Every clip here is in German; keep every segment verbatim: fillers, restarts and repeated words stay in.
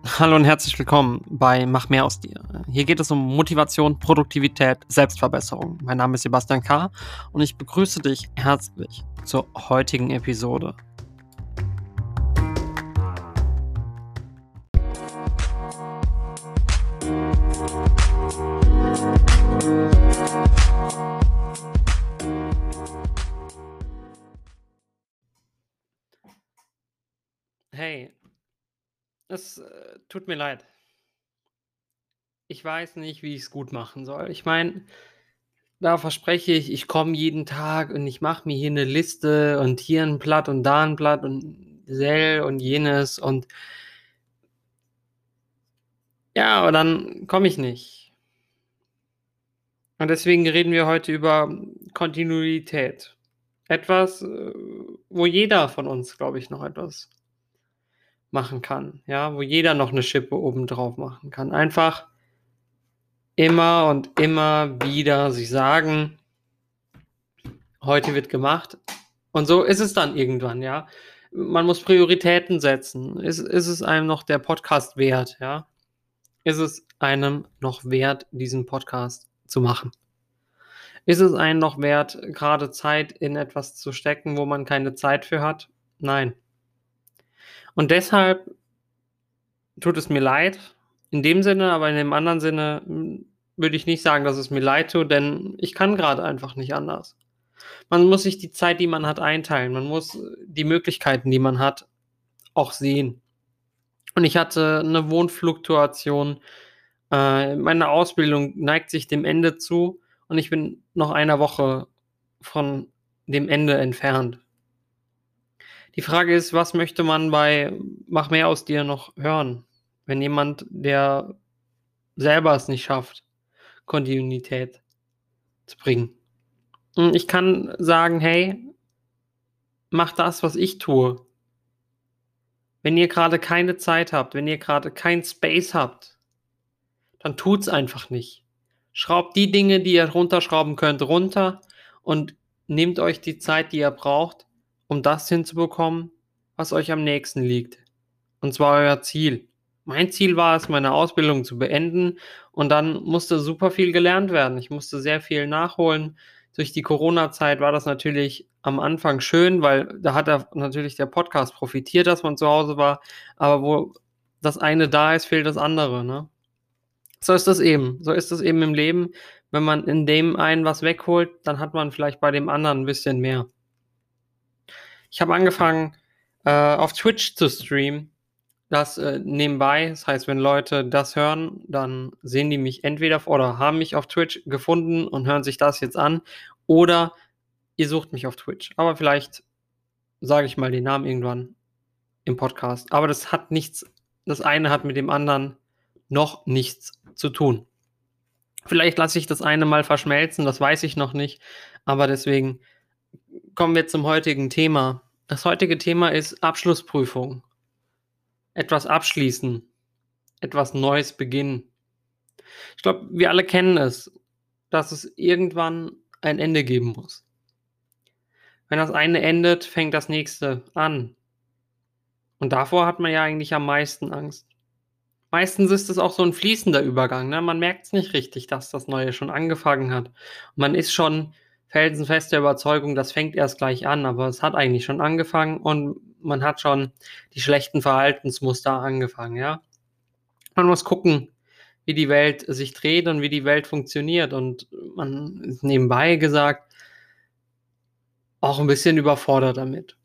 Hallo und herzlich willkommen bei Mach mehr aus dir. Hier geht es um Motivation, Produktivität, Selbstverbesserung. Mein Name ist Sebastian K. und ich begrüße dich herzlich zur heutigen Episode. Hey, es äh, tut mir leid. Ich weiß nicht, wie ich es gut machen soll. Ich meine, da verspreche ich, ich komme jeden Tag und ich mache mir hier eine Liste und hier ein Blatt und da ein Blatt und Sel und jenes und ja, aber dann komme ich nicht. Und deswegen reden wir heute über Kontinuität. Etwas, äh, wo jeder von uns, glaube ich, noch etwas machen kann, ja, wo jeder noch eine Schippe obendrauf machen kann. Einfach immer und immer wieder sich sagen: „Heute wird gemacht." Und so ist es dann irgendwann, ja. Man muss Prioritäten setzen. Ist ist es einem noch der Podcast wert, ja? Ist es einem noch wert, diesen Podcast zu machen? Ist es einem noch wert, gerade Zeit in etwas zu stecken, wo man keine Zeit für hat? Nein. Und deshalb tut es mir leid in dem Sinne, aber in dem anderen Sinne, hm, würde ich nicht sagen, dass es mir leid tut, denn ich kann grade einfach nicht anders. Man muss sich die Zeit, die man hat, einteilen. Man muss, äh, die Möglichkeiten, die man hat, auch sehen. Und ich hatte 'ne Wohnfluktuation. Äh, meine Ausbildung neigt sich dem Ende zu und ich bin noch einer Woche von dem Ende entfernt. Die Frage ist, was möchte man bei „Mach mehr aus dir" noch hören, wenn jemand, der selber es nicht schafft, Kontinuität zu bringen? Hm, ich kann sagen: „Hey, mach das, was ich tue." Wenn ihr grade keine Zeit habt, wenn ihr grade keinen Space habt, dann tut's einfach nicht. Schraubt die Dinge, die ihr runterschrauben könnt, runter und nehmt euch die Zeit, die ihr braucht, um das hinzubekommen, was euch am nächsten liegt. Und zwar euer Ziel. Mein Ziel war es, meine Ausbildung zu beenden und dann musste super viel gelernt werden. Ich musste sehr viel nachholen. Durch die Corona-Zeit war das natürlich am Anfang schön, weil da hat der natürlich der Podcast profitiert, dass man zu Hause war, aber wo das eine da ist, fehlt das andere, ne? So ist das eben. So ist das eben im Leben. Wenn man in dem einen was wegholt, dann hat man vielleicht bei dem anderen 'n bisschen mehr. Ich habe angefangen, äh, auf Twitch zu streamen. Das, äh, nebenbei. Das heißt, wenn Leute das hören, dann sehen die mich entweder f oder haben mich auf Twitch gefunden und hören sich das jetzt an, oder ihr sucht mich auf Twitch. Aber vielleicht sage ich mal den Namen irgendwann im Podcast. Aber das hat nichts das eine hat mit dem anderen noch nichts zu tun. Vielleicht lasse ich das eine mal verschmelzen, das weiß ich noch nicht, aber deswegen kommen wir zum heutigen Thema. Das heutige Thema ist Abschlussprüfung. Etwas abschließen, etwas Neues beginnen. Ich glaube, wir alle kennen es, dass es irgendwann ein Ende geben muss. Wenn das eine endet, fängt das nächste an. Und davor hat man ja eigentlich am meisten Angst. Meistens ist es auch so 'n fließender Übergang, ne? Man merkt's nicht richtig, dass das Neue schon angefangen hat. Man ist schon felsenfest der Überzeugung, das fängt erst gleich an, aber es hat eigentlich schon angefangen und man hat schon die schlechten Verhaltensmuster angefangen, ja? Man muss gucken, wie die Welt sich dreht und wie die Welt funktioniert und man ist nebenbei gesagt auch 'n bisschen überfordert damit.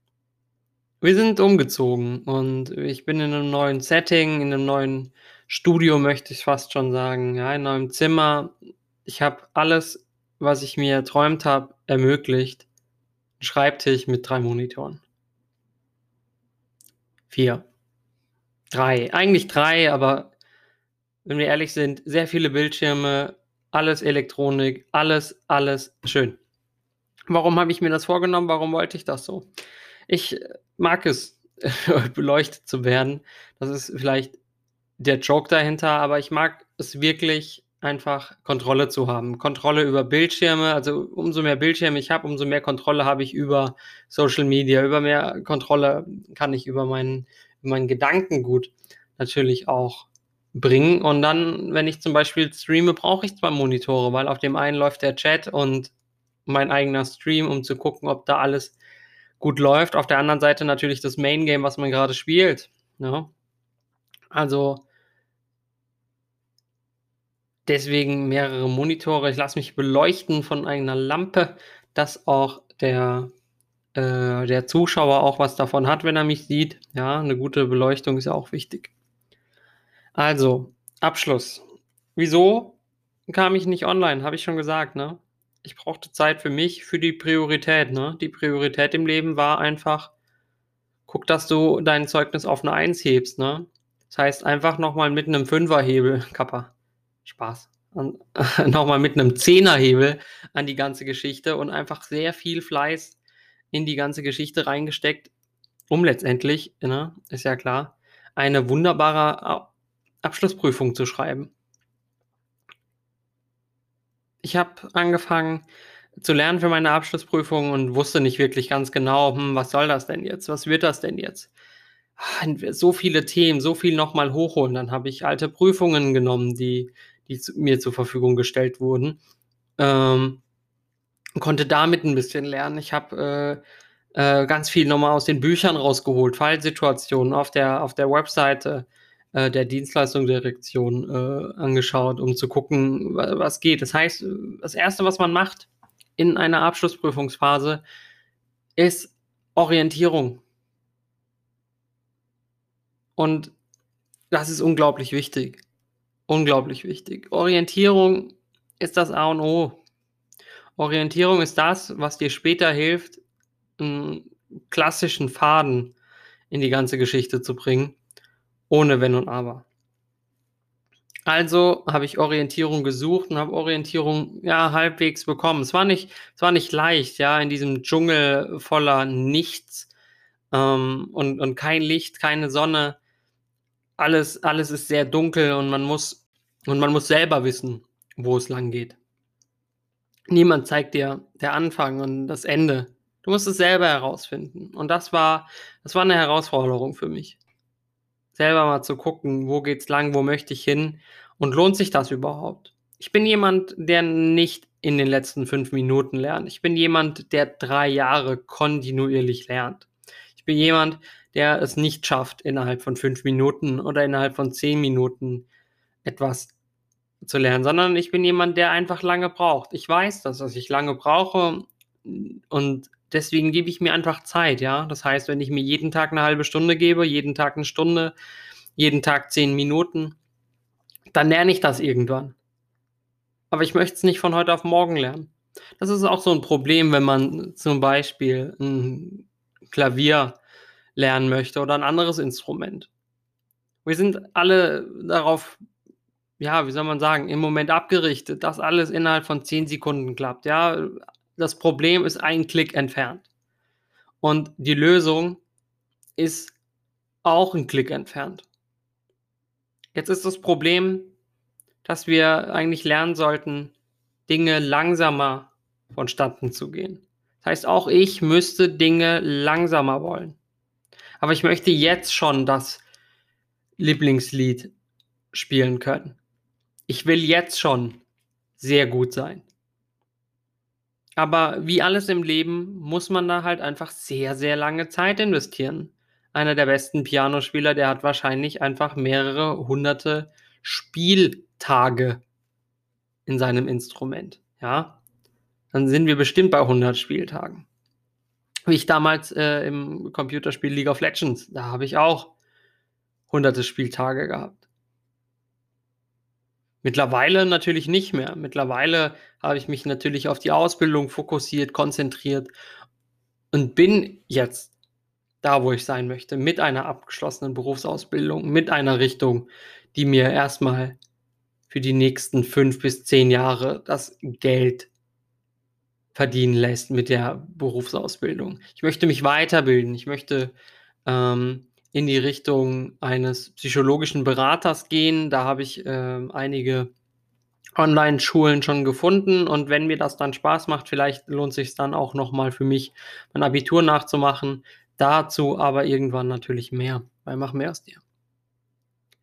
Wir sind umgezogen und ich bin in 'nem neuen Setting, in 'nem neuen Studio, möchte ich fast schon sagen, ja, in 'nem neuen Zimmer. Ich habe alles, was ich mir erträumt habe, ermöglicht. 'N Schreibtisch mit drei Monitoren. vier, drei, eigentlich drei, aber wenn wir ehrlich sind, sehr viele Bildschirme, alles Elektronik, alles, alles schön. Warum habe ich mir das vorgenommen? Warum wollte ich das so? Ich mag es, beleuchtet zu werden. Das ist vielleicht der Joke dahinter, aber ich mag es wirklich, einfach Kontrolle zu haben. Kontrolle über Bildschirme, also umso mehr Bildschirme ich habe, umso mehr Kontrolle habe ich über Social Media, über mehr Kontrolle kann ich über meinen meinen Gedankengut natürlich auch bringen. Und dann, wenn ich zum Beispiel streame, brauche ich zwei Monitore, weil auf dem einen läuft der Chat und mein eigener Stream, um zu gucken, ob da alles gut läuft. Auf der anderen Seite natürlich das Main Game, was man grade spielt, ne? Also deswegen mehrere Monitore. Ich lasse mich beleuchten von einer Lampe, dass auch der äh, der Zuschauer auch was davon hat, wenn er mich sieht. Ja, 'ne gute Beleuchtung ist ja auch wichtig. Also, Abschluss. Wieso kam ich nicht online? Habe ich schon gesagt, ne? Ich brauchte Zeit für mich, für die Priorität, ne? Die Priorität im Leben war einfach: Guck, dass du dein Zeugnis auf 'ne Eins hebst, ne? Das heißt, einfach noch mal mit 'nem Fünfer-Hebel Kappa, Spaß, an noch mal mit 'nem Zehner-Hebel an die ganze Geschichte und einfach sehr viel Fleiß in die ganze Geschichte reingesteckt, um letztendlich, ne, ist ja klar, eine wunderbare A Abschlussprüfung zu schreiben. Ich habe angefangen zu lernen für meine Abschlussprüfung und wusste nicht wirklich ganz genau: „Hm, was soll das denn jetzt? Was wird das denn jetzt?“ So viele Themen, so viel noch mal hochholen. Dann habe ich alte Prüfungen genommen, die die z mir zur Verfügung gestellt wurden, ähm, und konnte damit 'n bisschen lernen. Ich habe, äh, äh, ganz viel noch mal aus den Büchern rausgeholt, Fallsituationen auf der auf der Webseite, äh, der Dienstleistungsdirektion, äh, angeschaut, um zu gucken, wa was geht. Das heißt, äh, das Erste, was man macht in einer Abschlussprüfungsphase, ist Orientierung. Und das ist unglaublich wichtig. Unglaublich wichtig. Orientierung ist das A und O. Orientierung ist das, was dir später hilft, 'n klassischen Faden in die ganze Geschichte zu bringen, ohne Wenn und Aber. Also habe ich Orientierung gesucht und habe Orientierung, ja, halbwegs bekommen. Es war nicht es war nicht leicht, ja, in diesem Dschungel voller Nichts, ähm, und und kein Licht, keine Sonne. Alles alles ist sehr dunkel und man muss und man muss selber wissen, wo es langgeht. Niemand zeigt dir der Anfang und das Ende. Du musst es selber herausfinden. Und das war das war 'ne Herausforderung für mich. Selber mal zu gucken: „Wo geht's lang? Wo möchte ich hin? Und lohnt sich das überhaupt?“ Ich bin jemand, der nicht in den letzten fünf Minuten lernt. Ich bin jemand, der drei Jahre kontinuierlich lernt. Ich bin jemand, der es nicht schafft, innerhalb von fünf Minuten oder innerhalb von zehn Minuten etwas zu lernen, sondern ich bin jemand, der einfach lange braucht. Ich weiß das, dass ich lange brauche, hm, und deswegen gebe ich mir einfach Zeit, ja? Das heißt, wenn ich mir jeden Tag 'ne halbe Stunde gebe, jeden Tag 'ne Stunde, jeden Tag zehn Minuten, dann lerne ich das irgendwann. Aber ich möchte es nicht von heute auf morgen lernen. Das ist auch so 'n Problem, wenn man zum Beispiel 'n Klavier lernen möchte oder 'n anderes Instrument. Wir sind alle darauf, ja, wie soll man sagen, im Moment abgerichtet, dass alles innerhalb von zehn Sekunden klappt, ja? Das Problem ist ein Klick entfernt. Und die Lösung ist auch 'n Klick entfernt. Jetzt ist das Problem, dass wir eigentlich lernen sollten, Dinge langsamer vonstatten zu gehen. Das heißt, auch ich müsste Dinge langsamer wollen. Aber ich möchte jetzt schon das Lieblingslied spielen können. Ich will jetzt schon sehr gut sein. Aber wie alles im Leben muss man da halt einfach sehr, sehr lange Zeit investieren. Einer der besten Pianospieler, der hat wahrscheinlich einfach mehrere Hunderte Spieltage in seinem Instrument, ja? Dann sind wir bestimmt bei hundert Spieltagen. Wie ich damals, äh, im Computerspiel League of Legends, da habe ich auch Hunderte Spieltage gehabt. Mittlerweile natürlich nicht mehr. Mittlerweile habe ich mich natürlich auf die Ausbildung fokussiert, konzentriert und bin jetzt da, wo ich sein möchte, mit einer abgeschlossenen Berufsausbildung, mit einer Richtung, die mir erst mal für die nächsten fünf bis zehn Jahre das Geld verdienen lässt mit der Berufsausbildung. Ich möchte mich weiterbilden. Ich möchte, ähm, in die Richtung eines psychologischen Beraters gehen. Da habe ich, ähm, einige Onlineschulen schon gefunden und wenn mir das dann Spaß macht, vielleicht lohnt sich's dann auch noch mal für mich, mein Abitur nachzumachen. Dazu aber irgendwann natürlich mehr bei Mach mehr aus dir.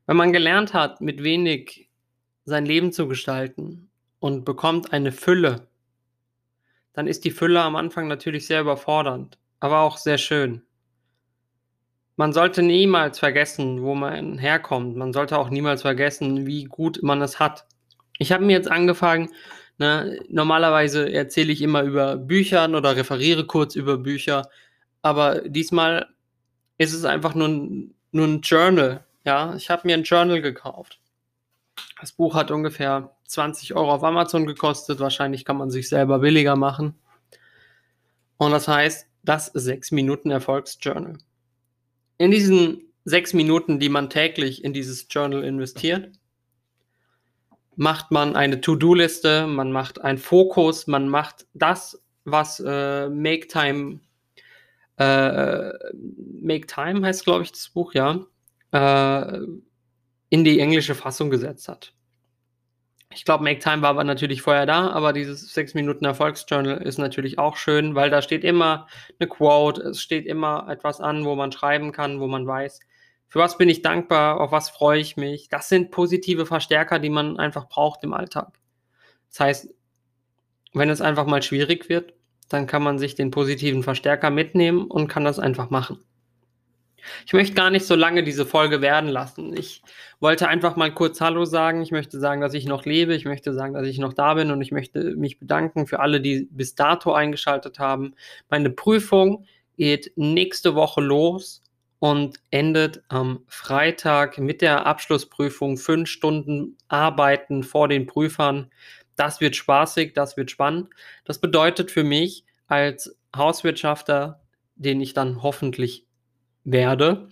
Wenn man gelernt hat, mit wenig sein Leben zu gestalten und bekommt eine Fülle, dann ist die Fülle am Anfang natürlich sehr überfordernd, aber auch sehr schön. Man sollte niemals vergessen, wo man herkommt. Man sollte auch niemals vergessen, wie gut man es hat. Ich habe mir jetzt angefangen, ne, normalerweise erzähle ich immer über Büchern oder referiere kurz über Bücher, aber diesmal ist es einfach nur 'n nur 'n Journal, ja? Ich habe mir 'n Journal gekauft. Das Buch hat ungefähr zwanzig Euro auf Amazon gekostet. Wahrscheinlich kann man sich's selber billiger machen. Und das heißt, das sechs Minuten Erfolgsjournal. In diesen sechs Minuten, die man täglich in dieses Journal investiert macht man eine To-do-Liste, man macht einen Fokus, man macht das, was, äh, Make Time äh, Make Time heißt, glaube ich, das Buch, ja, äh, in die englische Fassung gesetzt hat. Ich glaube, Make Time war aber natürlich vorher da, aber dieses sechs Minuten Erfolgsjournal ist natürlich auch schön, weil da steht immer 'ne Quote, es steht immer etwas an, wo man schreiben kann, wo man weiß: „Für was bin ich dankbar, auf was freue ich mich?“ Das sind positive Verstärker, die man einfach braucht im Alltag. Das heißt, wenn es einfach mal schwierig wird, dann kann man sich den positiven Verstärker mitnehmen und kann das einfach machen. Ich möchte gar nicht so lange diese Folge werden lassen. Ich wollte einfach mal kurz Hallo sagen. Ich möchte sagen, dass ich noch lebe. Ich möchte sagen, dass ich noch da bin und ich möchte mich bedanken für alle, die bis dato eingeschaltet haben. Meine Prüfung geht nächste Woche los und endet am Freitag mit der Abschlussprüfung. fünf Stunden Arbeiten vor den Prüfern. Das wird spaßig, das wird spannend. Das bedeutet für mich als Hauswirtschafter, den ich dann hoffentlich werde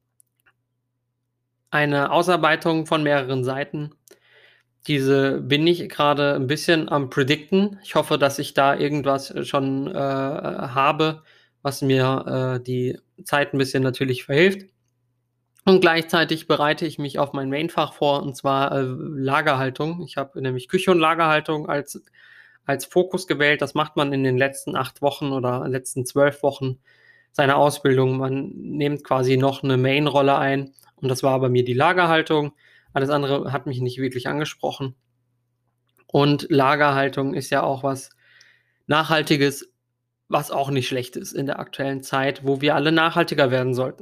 eine Ausarbeitung von mehreren Seiten. Diese bin ich grade 'n bisschen am predicten. Ich hoffe, dass ich da irgendwas, äh, schon, äh, habe, was mir, äh, die Zeit 'n bisschen natürlich verhilft. Und gleichzeitig bereite ich mich auf mein Main-Fach vor, und zwar, äh, Lagerhaltung. Ich habe nämlich Küche und Lagerhaltung als als Fokus gewählt. Das macht man in den letzten acht Wochen oder letzten zwölf Wochen seiner Ausbildung. Man nimmt quasi noch 'ne Main-Rolle ein und das war bei mir die Lagerhaltung. Alles andere hat mich nicht wirklich angesprochen. Und Lagerhaltung ist ja auch was Nachhaltiges, was auch nicht schlecht ist in der aktuellen Zeit, wo wir alle nachhaltiger werden sollten.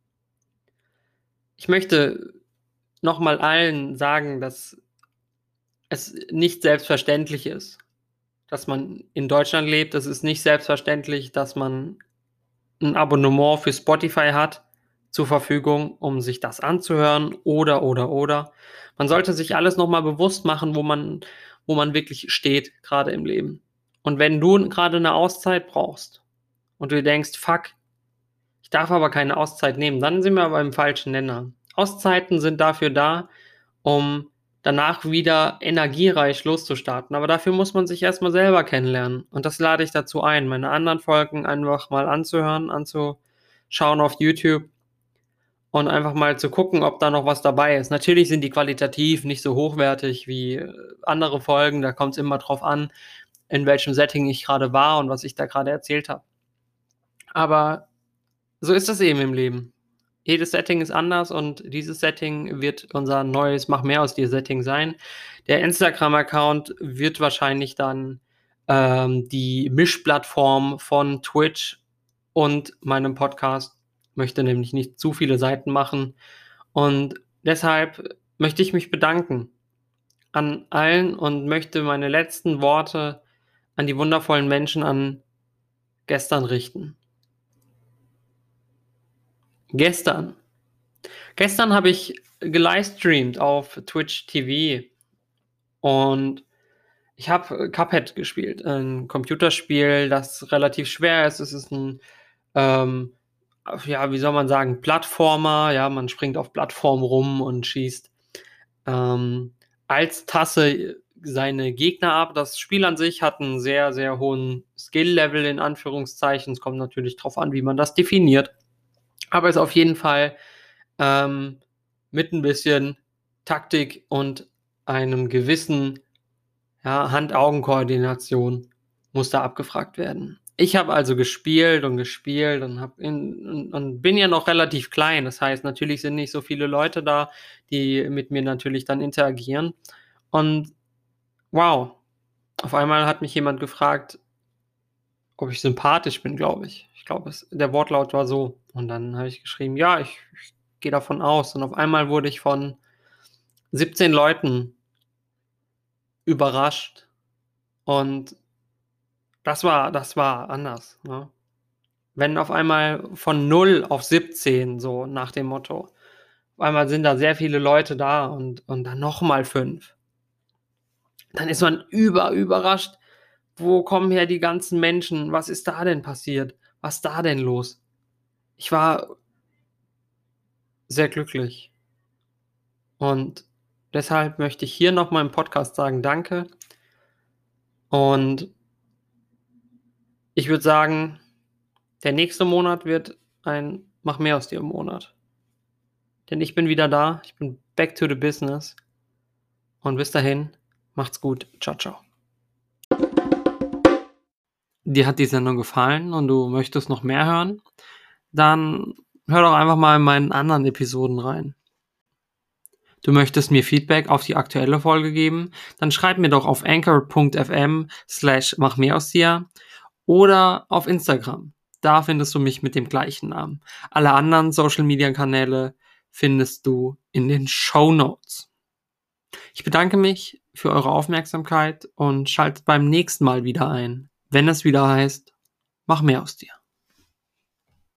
Ich möchte noch mal allen sagen, dass es nicht selbstverständlich ist, dass man in Deutschland lebt. Es ist nicht selbstverständlich, dass man 'n Abonnement für Spotify hat zur Verfügung, um sich das anzuhören oder, oder, oder. Man sollte sich alles noch mal bewusst machen, wo man wo man wirklich steht, grade im Leben. Und wenn du 'n grade 'ne Auszeit brauchst und du dir denkst: „Fuck, ich darf aber keine Auszeit nehmen“, dann sind wir beim falschen Nenner. Auszeiten sind dafür da, um danach wieder energiereich loszustarten, aber dafür muss man sich erst mal selber kennenlernen. Und das lade ich dazu ein, meine anderen Folgen einfach mal anzuhören, anzuschauen auf YouTube und einfach mal zu gucken, ob da noch was dabei ist. Natürlich sind die qualitativ nicht so hochwertig wie, äh, andere Folgen. Da kommt's immer drauf an, in welchem Setting ich grade war und was ich da grade erzählt habe. Aber so ist das eben im Leben. Jedes Setting ist anders und dieses Setting wird unser neues Mach-mehr-aus-dir-Setting sein. Der Instagram-Account wird wahrscheinlich dann, ähm, die Mischplattform von Twitch und meinem Podcast. Möchte nämlich nicht zu viele Seiten machen und deshalb möchte ich mich bedanken an allen und möchte meine letzten Worte an die wundervollen Menschen an gestern richten. Gestern gestern habe ich gelivestreamt auf Twitch TV und ich habe, äh, Cuphead gespielt, 'n Computerspiel, das relativ schwer ist. Es ist 'n, ähm, ja, wie soll man sagen, Plattformer, ja, man springt auf Plattformen rum und schießt, ähm, als Tasse seine Gegner ab. Das Spiel an sich hat 'n sehr, sehr hohen Skill-Level in Anführungszeichen. Es kommt natürlich drauf an, wie man das definiert, aber ist auf jeden Fall, ähm, mit 'n bisschen Taktik und einem gewissen, ja, Hand-Augen-Koordination muss da abgefragt werden. Ich habe also gespielt und gespielt und habe in und und bin ja noch relativ klein. Das heißt, natürlich sind nicht so viele Leute da, die mit mir natürlich dann interagieren. Und wow, auf einmal hat mich jemand gefragt, ob ich sympathisch bin, glaube ich. Ich glaube, es der Wortlaut war so. Und dann habe ich geschrieben: „Ja, ich ich gehe davon aus." Und auf einmal wurde ich von siebzehn Leuten überrascht und das war das war anders, ne? Wenn auf einmal von null auf siebzehn, so nach dem Motto. Auf einmal sind da sehr viele Leute da und und dann noch mal fünf. Dann ist man über überrascht: „Wo kommen her die ganzen Menschen? Was ist da denn passiert? Was ist da denn los?" Ich war sehr glücklich und deshalb möchte ich hier noch mal im Podcast sagen: „Danke." Und ich würde sagen, der nächste Monat wird ein „Mach mehr aus dir" Monat. Denn ich bin wieder da. Ich bin back to the business. Und bis dahin, macht's gut. Tschau, tschau. Dir hat die Sendung gefallen und du möchtest noch mehr hören? Dann hör doch einfach mal in meinen anderen Episoden rein. Du möchtest mir Feedback auf die aktuelle Folge geben? Dann schreib mir doch auf anchor punkt f m slash mach mehr aus dir oder auf Instagram. Da findest du mich mit dem gleichen Namen. Alle anderen Social-Media-Kanäle findest du in den Shownotes. Ich bedanke mich für eure Aufmerksamkeit und schaltet beim nächsten Mal wieder ein, wenn es wieder heißt: Mach mehr aus dir.